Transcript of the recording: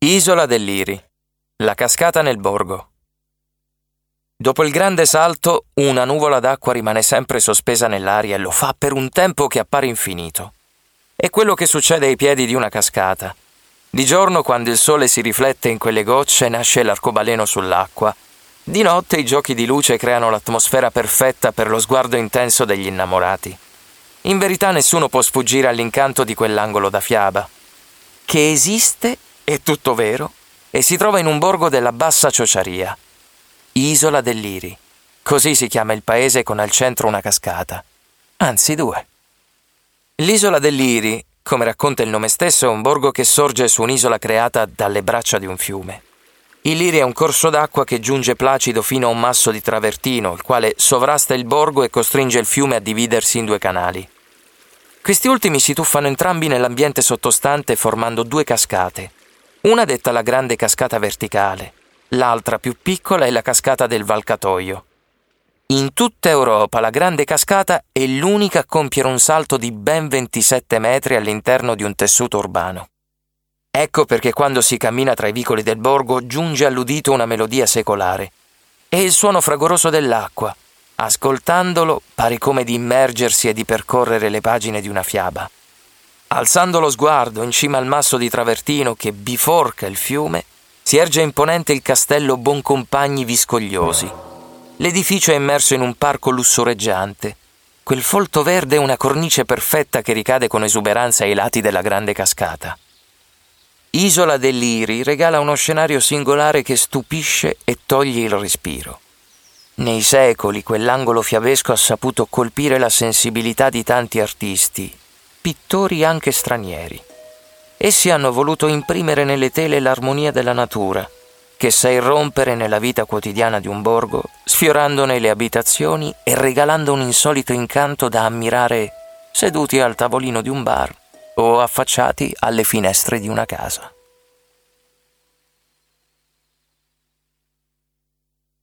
Isola del Liri, la cascata nel borgo. Dopo il grande salto, una nuvola d'acqua rimane sempre sospesa nell'aria e lo fa per un tempo che appare infinito. È quello che succede ai piedi di una cascata. Di giorno, quando il sole si riflette in quelle gocce, nasce l'arcobaleno sull'acqua. Di notte i giochi di luce creano l'atmosfera perfetta per lo sguardo intenso degli innamorati. In verità nessuno può sfuggire all'incanto di quell'angolo da fiaba. Che esiste, è tutto vero, e si trova in un borgo della Bassa Ciociaria. Isola del Liri. Così si chiama il paese con al centro una cascata. Anzi, due. L'isola del Liri, come racconta il nome stesso, è un borgo che sorge su un'isola creata dalle braccia di un fiume. Il Liri è un corso d'acqua che giunge placido fino a un masso di travertino, il quale sovrasta il borgo e costringe il fiume a dividersi in due canali. Questi ultimi si tuffano entrambi nell'ambiente sottostante formando due cascate. Una detta la Grande Cascata Verticale, l'altra più piccola è la Cascata del Valcatoio. In tutta Europa la Grande Cascata è l'unica a compiere un salto di ben 27 metri all'interno di un tessuto urbano. Ecco perché quando si cammina tra i vicoli del borgo giunge all'udito una melodia secolare. È il suono fragoroso dell'acqua. Ascoltandolo pare come di immergersi e di percorrere le pagine di una fiaba. Alzando lo sguardo in cima al masso di travertino che biforca il fiume, si erge imponente il castello Boncompagni Viscogliosi. L'edificio è immerso in un parco lussureggiante. Quel folto verde è una cornice perfetta che ricade con esuberanza ai lati della grande cascata. Isola del Liri regala uno scenario singolare che stupisce e toglie il respiro. Nei secoli quell'angolo fiabesco ha saputo colpire la sensibilità di tanti artisti, pittori anche stranieri. Essi hanno voluto imprimere nelle tele l'armonia della natura, che sa irrompere nella vita quotidiana di un borgo, sfiorandone le abitazioni e regalando un insolito incanto da ammirare seduti al tavolino di un bar o affacciati alle finestre di una casa.